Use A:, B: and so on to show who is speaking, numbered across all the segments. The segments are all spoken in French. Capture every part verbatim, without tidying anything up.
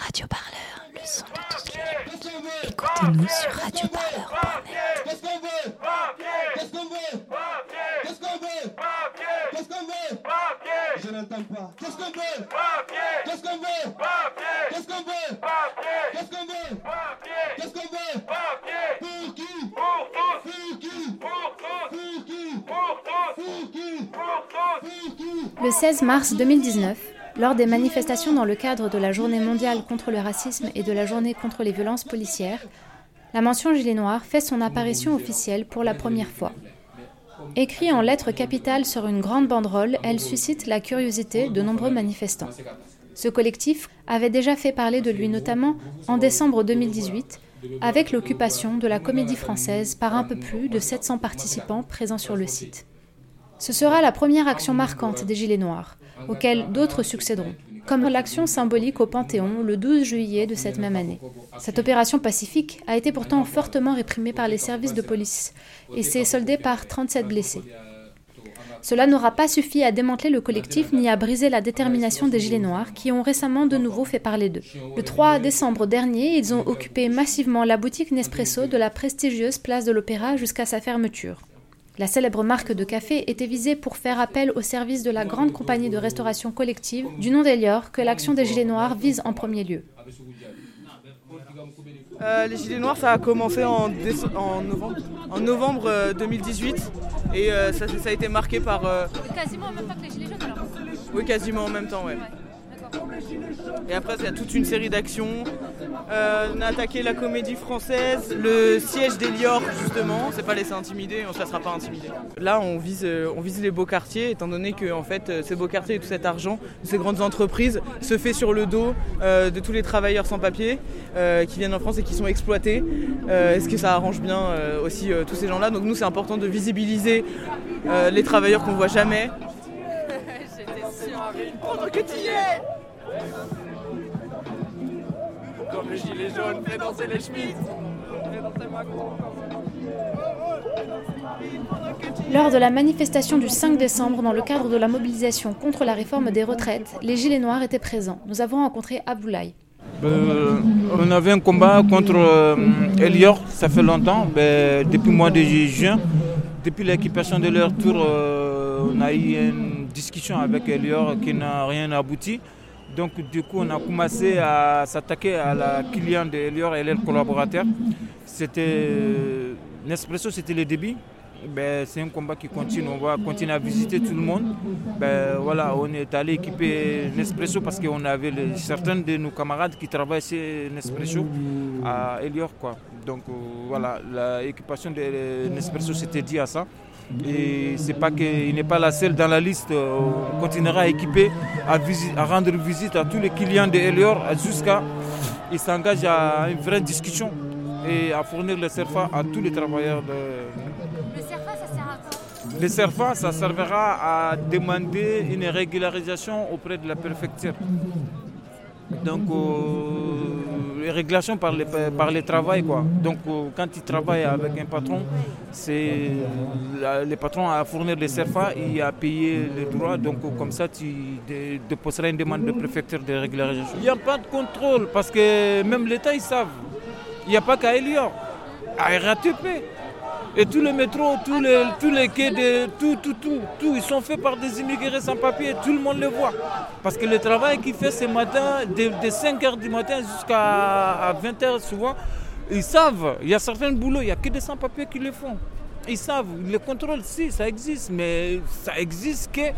A: Radio Parleur, le son de toutes les luttes. Écoutez-nous sur radio parleur point net.
B: Qu'est-ce qu'on veut? Qu'est-ce qu'on veut? Qu'est-ce qu'on veut? Qu'est-ce qu'on veut? Je n'entends pas. Qu'est-ce qu'on veut? Qu'est-ce qu'on veut? Qu'est-ce qu'on veut? Qu'est-ce qu'on veut? Qu'est-ce qu'on veut? Pour qui? Pour qui? Pour qui? Pour qui? Pour qui?
C: Le seize mars deux mille dix-neuf, lors des manifestations dans le cadre de la Journée mondiale contre le racisme et de la Journée contre les violences policières, la mention gilet noir fait son apparition officielle pour la première fois. Écrit en lettres capitales sur une grande banderole, elle suscite la curiosité de nombreux manifestants. Ce collectif avait déjà fait parler de lui notamment en décembre deux mille dix-huit, avec l'occupation de la Comédie Française par un peu plus de sept cents participants présents sur le site. Ce sera la première action marquante des Gilets noirs, auxquelles d'autres succéderont, comme l'action symbolique au Panthéon le douze juillet de cette même année. Cette opération pacifique a été pourtant fortement réprimée par les services de police et s'est soldée par trente-sept blessés. Cela n'aura pas suffi à démanteler le collectif ni à briser la détermination des Gilets noirs qui ont récemment de nouveau fait parler d'eux. Le trois décembre dernier, ils ont occupé massivement la boutique Nespresso de la prestigieuse place de l'Opéra jusqu'à sa fermeture. La célèbre marque de café était visée pour faire appel au service de la grande compagnie de restauration collective du nom d'Elior que l'action des Gilets noirs vise en premier lieu.
D: Euh, les Gilets noirs, ça a commencé en, déce- en novembre, en novembre euh, deux mille dix-huit et euh, ça, ça a été marqué par... Euh...
C: Quasiment en même temps que les Gilets jaunes alors ?
D: Oui, quasiment en même temps, ouais. Et après, il y a toute une série d'actions. Euh, on a attaqué la Comédie Française, le siège d'Elior, justement. On ne s'est pas laissé intimider, on ne se laissera pas intimider. Là, on vise, on vise les beaux quartiers, étant donné que en fait, ces beaux quartiers et tout cet argent, ces grandes entreprises, se fait sur le dos euh, de tous les travailleurs sans papier euh, qui viennent en France et qui sont exploités. Euh, est-ce que ça arrange bien euh, aussi euh, tous ces gens-là? Donc nous, c'est important de visibiliser euh, les travailleurs qu'on ne voit jamais. J'étais sûre, pendant que tu y es. Comme le gilet jaune fait danser les Schmitt.
C: Lors de la manifestation du cinq décembre, dans le cadre de la mobilisation contre la réforme des retraites, les Gilets noirs étaient présents. Nous avons rencontré Abdoulaye.
E: Euh, on avait un combat contre euh, Elior, ça fait longtemps, ben, depuis le mois de juin. Depuis l'équipation de leur tour, euh, on a eu une discussion avec Elior qui n'a rien abouti. Donc du coup, on a commencé à s'attaquer à la cliente d'Elior et leurs collaborateurs. C'était Nespresso, c'était le début. Ben, c'est un combat qui continue. On va continuer à visiter tout le monde. Ben, voilà, on est allé équiper Nespresso parce qu'on avait les, certains de nos camarades qui travaillent chez Nespresso à Elior, quoi. Donc euh, voilà, l'équipation de Nespresso c'était dit à ça. Et c'est pas qu'il n'est pas la seule dans la liste. On continuera à équiper, à, visi- à rendre visite à tous les clients de Elior jusqu'à il s'engage à une vraie discussion et à fournir le CERFA à tous les travailleurs de.
C: Le CERFA, ça sert à quoi ?
E: Le CERFA, ça servira à demander une régularisation auprès de la préfecture. Donc, euh, les régulations par les, par les travail, quoi. Donc, euh, quand tu travailles avec un patron, c'est la, le patron à fournir les CERFA et à payer les droits. Donc, euh, comme ça, tu dé, déposeras une demande de préfecture de régularisation. Il n'y a pas de contrôle parce que même l'État, ils savent. Il n'y a pas qu'à Elior, à R A T P. Et tous les métros, tous les, tous les quais, de, tout, tout, tout, tout, ils sont faits par des immigrés sans papier, tout le monde le voit. Parce que le travail qu'ils font ce matin, de, de cinq heures du matin jusqu'à vingt heures souvent, ils savent, il y a certains boulots, il n'y a que des sans-papiers qui le font. Ils savent, le contrôle, si, ça existe, mais ça existe que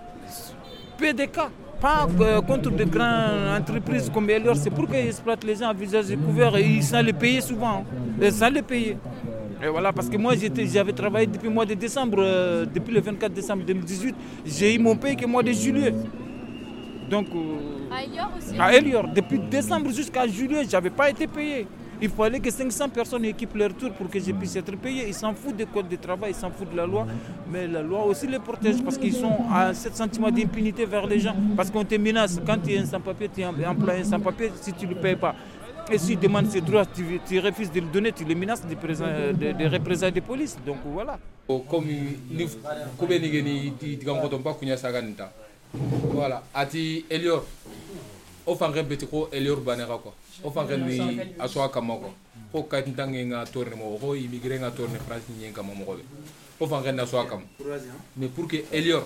E: peu de cas. Pas euh, contre de grandes entreprises comme Elior, c'est pour qu'ils exploitent les gens à visage découvert et ils savent les payer souvent. Ils savent les payer. Et voilà, parce que moi j'étais, j'avais travaillé depuis le mois de décembre, euh, depuis le vingt-quatre décembre deux mille dix-huit, j'ai eu mon paye que le mois de juillet. Donc, euh,
C: à Elior aussi ?
E: À Elior, depuis décembre jusqu'à juillet, je n'avais pas été payé. Il fallait que cinq cents personnes équipent leur tour pour que je puisse être payé. Ils s'en foutent des codes de travail, ils s'en foutent de la loi. Mais la loi aussi les protège parce qu'ils sont à sept sentiments d'impunité vers les gens. Parce qu'on te menace. Quand tu es un sans-papier, tu es employé un sans-papier si tu ne le payes pas. Et s'il demande ses droits, tu, tu refuses de le donner, tu les menaces de, de, de représailles de police. Donc voilà.
F: Comme nous, comme nous, voilà. Ati Elior, o fangen beti ko elior banera quoi o fangen ni aswa kama quoi ko kayt ndange nga tourner mo ko immigré nga tourner France ni kama mo ko o fangen aswa kama mais pour que elior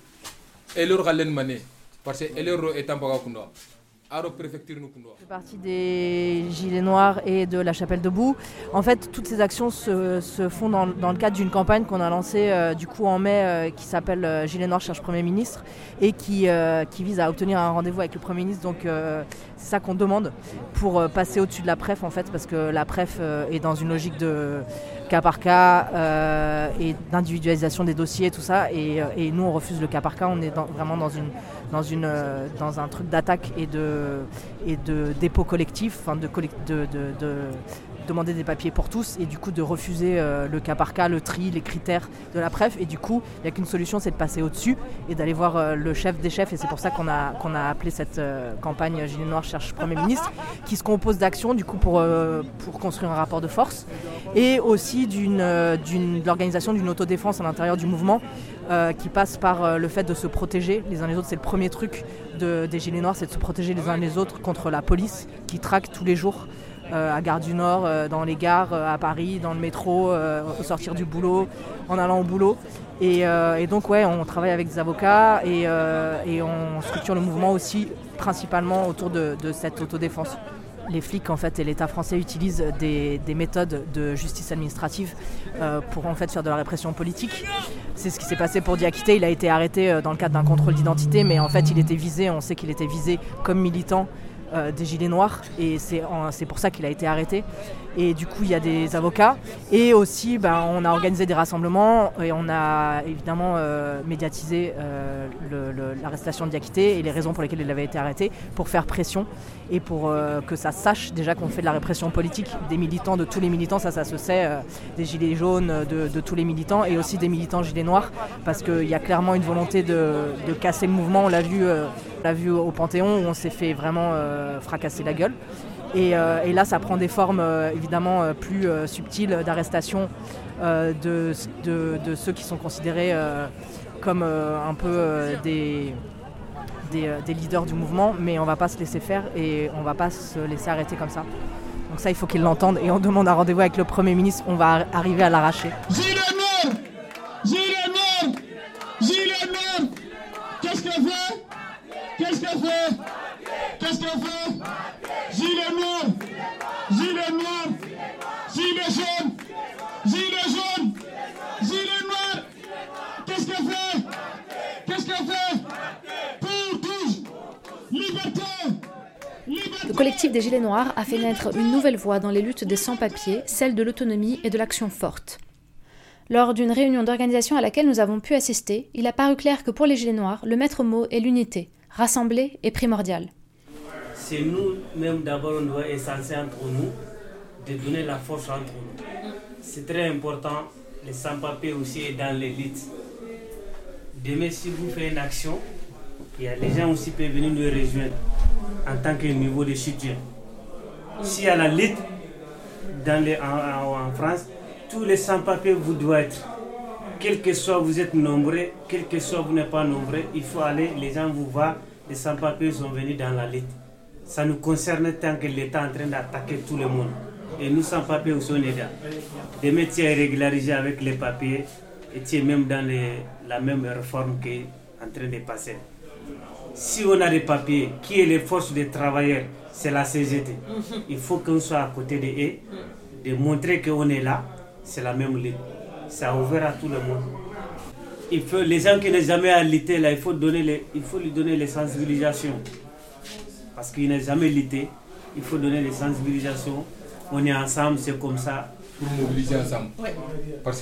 F: elior galen mané parce que elior est en baga kundo aro préfecture nous kundo.
G: Je fais partie des Gilets Noirs et de la Chapelle Debout. En fait, toutes ces actions se, se font dans, dans le cadre d'une campagne qu'on a lancée euh, du coup en mai euh, qui s'appelle euh, Gilets Noirs cherche Premier ministre et qui, euh, qui vise à obtenir un rendez-vous avec le Premier ministre. Donc euh, c'est ça qu'on demande pour euh, passer au-dessus de la préf en fait, parce que la préf euh, est dans une logique de cas par cas euh, et d'individualisation des dossiers et tout ça. Et, et nous on refuse le cas par cas. On est dans, vraiment dans une dans une euh, dans un truc d'attaque et de et de dépôt collectif, enfin de, de, de, de demander des papiers pour tous et du coup de refuser euh, le cas par cas, le tri, les critères de la préf. Et du coup, il n'y a qu'une solution, c'est de passer au-dessus et d'aller voir euh, le chef des chefs. Et c'est pour ça qu'on a, qu'on a appelé cette euh, campagne Gilets Noirs cherche Premier ministre, qui se compose d'actions du coup pour, euh, pour construire un rapport de force et aussi d'une, euh, d'une, de l'organisation d'une autodéfense à l'intérieur du mouvement euh, qui passe par euh, le fait de se protéger les uns les autres. C'est le premier truc de, des Gilets Noirs, c'est de se protéger les uns les autres contre la police qui traque tous les jours Euh, à Gare du Nord, euh, dans les gares, euh, à Paris, dans le métro, euh, au sortir du boulot, en allant au boulot. Et, euh, et donc ouais, on travaille avec des avocats et, euh, et on structure le mouvement aussi principalement autour de, de cette autodéfense. Les flics en fait et l'État français utilisent des, des méthodes de justice administrative euh, pour en fait faire de la répression politique. C'est ce qui s'est passé pour Diakité. Il a été arrêté euh, dans le cadre d'un contrôle d'identité, mais en fait il était visé, on sait qu'il était visé comme militant Euh, des Gilets Noirs et c'est, en, c'est pour ça qu'il a été arrêté. Et du coup il y a des avocats et aussi ben, on a organisé des rassemblements et on a évidemment euh, médiatisé euh, le, le, l'arrestation de Diakité et les raisons pour lesquelles il avait été arrêté pour faire pression et pour euh, que ça sache déjà qu'on fait de la répression politique des militants, de tous les militants, ça ça se sait, euh, des Gilets jaunes, de, de tous les militants et aussi des militants Gilets Noirs parce qu'il y a clairement une volonté de, de casser le mouvement. On l'a vu, euh, on l'a vu au Panthéon où on s'est fait vraiment euh, fracasser la gueule. Et, euh, et là, ça prend des formes euh, évidemment euh, plus euh, subtiles d'arrestation euh, de, de, de ceux qui sont considérés euh, comme euh, un peu euh, des, des, euh, des leaders du mouvement, mais on ne va pas se laisser faire et on ne va pas se laisser arrêter comme ça. Donc ça, il faut qu'ils l'entendent et on demande un rendez-vous avec le Premier ministre, on va arriver à l'arracher.
B: Gilets Noirs, Gilets Noirs, Gilets Noirs, qu'est-ce qu'elle fait? Qu'est-ce qu'elle fait? Qu'est-ce qu'elle fait? Gilets noirs, gilets noirs, gilets jaunes, gilets jaunes, gilets noirs. Qu'est-ce qu'elle fait? Qu'est-ce qu'elle fait? Pour tous, liberté, liberté.
C: Le collectif des Gilets Noirs a fait naître une nouvelle voie dans les luttes des sans-papiers, celle de l'autonomie et de l'action forte. Lors d'une réunion d'organisation à laquelle nous avons pu assister, il a paru clair que pour les Gilets Noirs, le maître mot est l'unité. Rassembler est primordial.
H: C'est nous-mêmes d'abord, on doit être censé entre nous, de donner la force entre nous. C'est très important, les sans-papiers aussi dans l'élite. Demain, si vous faites une action, il y a les gens aussi peuvent venir nous rejoindre en tant que niveau de soutien. Si à la lutte dans les, en, en, en France, tous les sans-papiers vous doivent être. Quel que soit vous êtes nombreux, quel que soit vous n'êtes pas nombreux, il faut aller, les gens vous voient, les sans-papiers sont venus dans la lutte. Ça nous concerne tant que l'État est en train d'attaquer tout le monde. Et nous, sans-papiers, aussi, on est là. Demain, tu es régularisé avec les papiers et tu es même dans les, la même réforme qui est en train de passer. Si on a des papiers, qui est les forces des travailleurs? C'est la C G T. Il faut qu'on soit à côté de eux, de montrer qu'on est là. C'est la même lutte. Ça a ouvert à tout le monde. Il faut, les gens qui n'ont jamais à lutter, là, il faut, donner les, il faut lui donner les sensibilisations. Parce qu'il n'a jamais lutté, il faut donner les sensibilisations. On est ensemble, c'est comme ça.
F: Pour mobiliser ensemble. Ouais. Parce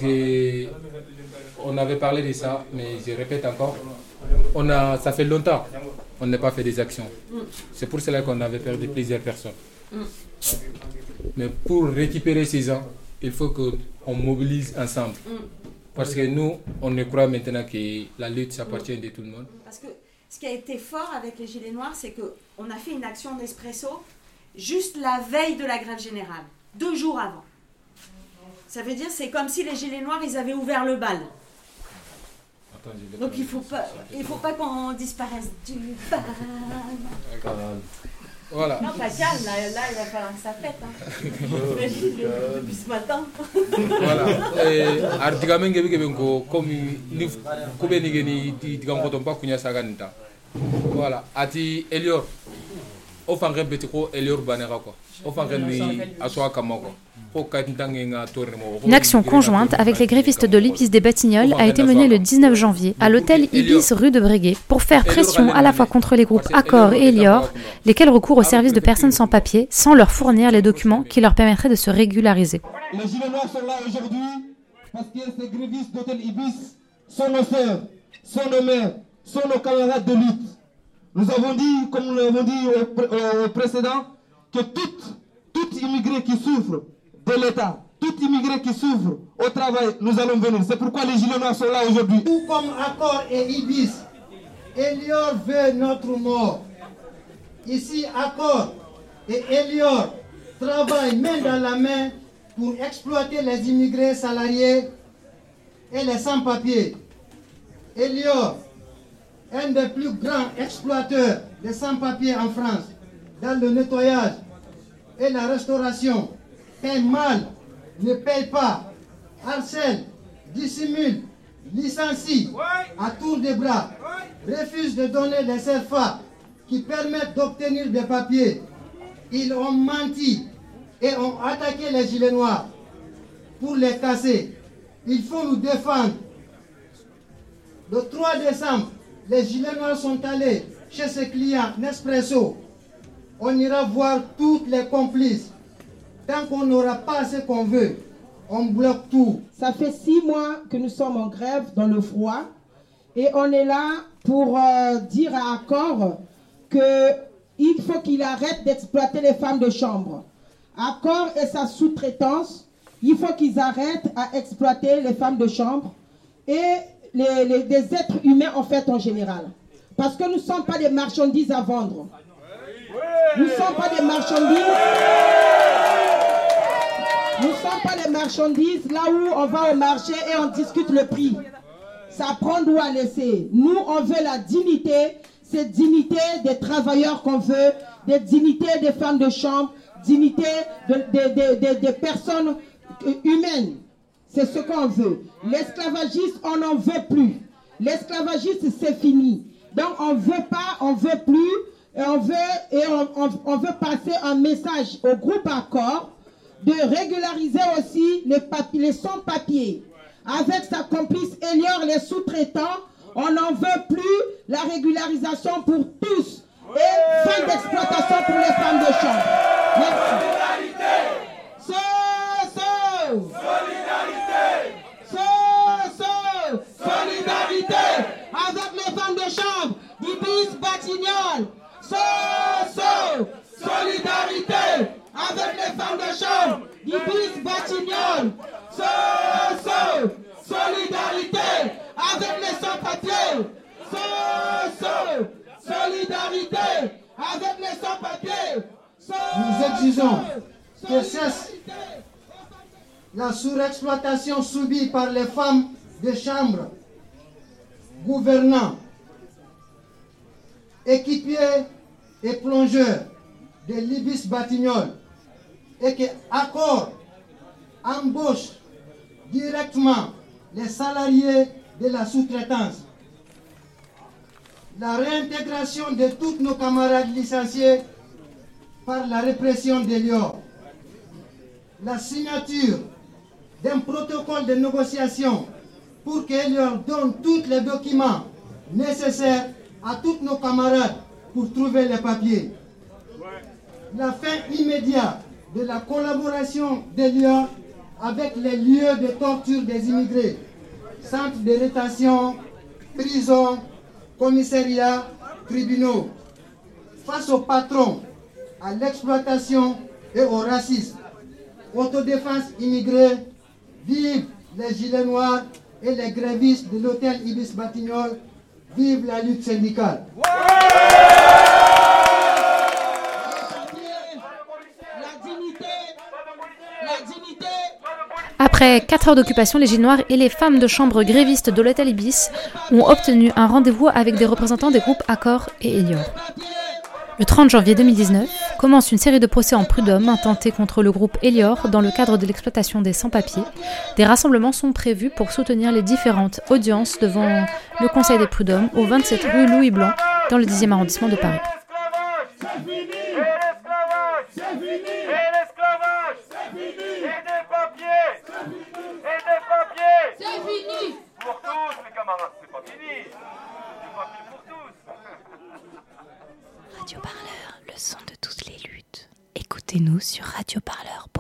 F: qu'on avait parlé de ça, mais je répète encore, on a, ça fait longtemps qu'on n'a pas fait des actions. Mm. C'est pour cela qu'on avait perdu plusieurs personnes. Mm. Mais pour récupérer ces gens, il faut qu'on mobilise ensemble. Mm. Parce que nous, on croit maintenant que la lutte, ça appartient de tout le monde.
I: Parce que ce qui a été fort avec les Gilets Noirs, c'est qu'on a fait une action d'Espresso juste la veille de la grève générale, deux jours avant. Ça veut dire c'est comme si les Gilets Noirs, ils avaient ouvert le bal. Attends, donc il ne faut pas, il faut pas qu'on disparaisse du bal.
F: Voilà.
I: Non, pas calme, là, là, il va falloir que ça pète. Hein. Imagine, depuis ce matin.
F: Voilà. Artigamen gebe gebe ko comme ni ko be ni geni ti gam ko tompa kunya saganita. Voilà. Ati Elior. O fangre betiko Elior banera quoi. O fangre ni aswa kamoko.
C: Une action conjointe avec les grévistes de l'Ibis des Batignolles a été menée le dix-neuf janvier à l'hôtel Ibis rue de Breguet pour faire pression à la fois contre les groupes Accor et Elior, lesquels recourent au service de personnes sans papier sans leur fournir les documents qui leur permettraient de se régulariser.
B: Les Gilets Noirs sont là aujourd'hui parce que ces grévistes d'hôtel Ibis sont nos sœurs, sont nos mères, sont nos camarades de lutte. Nous avons dit, comme nous l'avons dit au, au précédent, que tout, tout immigré qui souffre de l'État, tout immigré qui souffre au travail, nous allons venir. C'est pourquoi les Gilets Noirs sont là aujourd'hui.
J: Tout comme Accor et Ibis, Elior veut notre mort. Ici, Accor et Elior travaillent main dans la main pour exploiter les immigrés salariés et les sans-papiers. Elior, un des plus grands exploiteurs des sans-papiers en France, dans le nettoyage et la restauration, paye mal, ne paye pas, harcèle, dissimule, licencie, à tour de bras, refuse de donner les C F A qui permettent d'obtenir des papiers. Ils ont menti et ont attaqué les Gilets Noirs pour les casser. Il faut nous défendre. Le trois décembre, les Gilets Noirs sont allés chez ses clients Nespresso. On ira voir tous les complices. Tant qu'on n'aura pas ce qu'on veut, on bloque tout.
K: Ça fait six mois que nous sommes en grève dans le froid et on est là pour euh, dire à Accor qu'il faut qu'il arrête d'exploiter les femmes de chambre. Accor et sa sous-traitance, il faut qu'ils arrêtent à exploiter les femmes de chambre et les, les, les êtres humains en fait en général. Parce que nous ne sommes pas des marchandises à vendre. Nous ne sommes pas des marchandises. Nous ne sommes pas des marchandises là où on va au marché et on discute le prix. Ça prendre ou à laisser. Nous, on veut la dignité. C'est dignité des travailleurs qu'on veut, des dignités des femmes de chambre, dignité de, de, de, de, de personnes humaines. C'est ce qu'on veut. L'esclavagisme, on n'en veut plus. L'esclavagisme, c'est fini. Donc, on ne veut pas, on ne veut plus. Et on veut, et on, on, on veut passer un message au groupe Accor de régulariser aussi les, papiers, les sans-papiers. Avec sa complice Elior, les sous-traitants, on n'en veut plus la régularisation pour tous. Et fin d'exploitation pour les femmes de chambre. Merci. So, so. Solidarité. So, so. Solidarité. Avec les femmes de chambre d'Ibis Batignolles. So, so. Solidarité. Avec les femmes de chambre d'Ibis Batignolles. So, so. Solidarité. Avec les sans-papiers. So, so. Solidarité. Avec les sans-papiers. So,
J: nous exigeons que cesse la surexploitation subie par les femmes de chambre, gouvernants, équipiers et plongeurs de l'Ibis Batignolles et que Accor embauche directement les salariés de la sous-traitance. La réintégration de tous nos camarades licenciés par la répression d'Elior. La signature d'un protocole de négociation pour qu'Elior donne tous les documents nécessaires à tous nos camarades pour trouver les papiers. La fin immédiate de la collaboration d'Elior avec les lieux de torture des immigrés, centres de rétention, prisons, commissariats, tribunaux, face aux patrons, à l'exploitation et au racisme. Autodéfense immigrée, vive les Gilets Noirs et les grévistes de l'hôtel Ibis Batignolles, vive la lutte syndicale.
C: Après quatre heures d'occupation, les Gilets Noirs et les femmes de chambre grévistes de l'hôtel Ibis ont obtenu un rendez-vous avec des représentants des groupes Accor et Elior. Le trente janvier deux mille dix-neuf commence une série de procès en prud'homme intentés contre le groupe Elior dans le cadre de l'exploitation des sans-papiers. Des rassemblements sont prévus pour soutenir les différentes audiences devant le Conseil des prud'hommes au vingt-sept rue Louis Blanc dans le dixième arrondissement de Paris.
A: Radio Parleur, le son de toutes les luttes. Écoutez-nous sur radio parleur point com.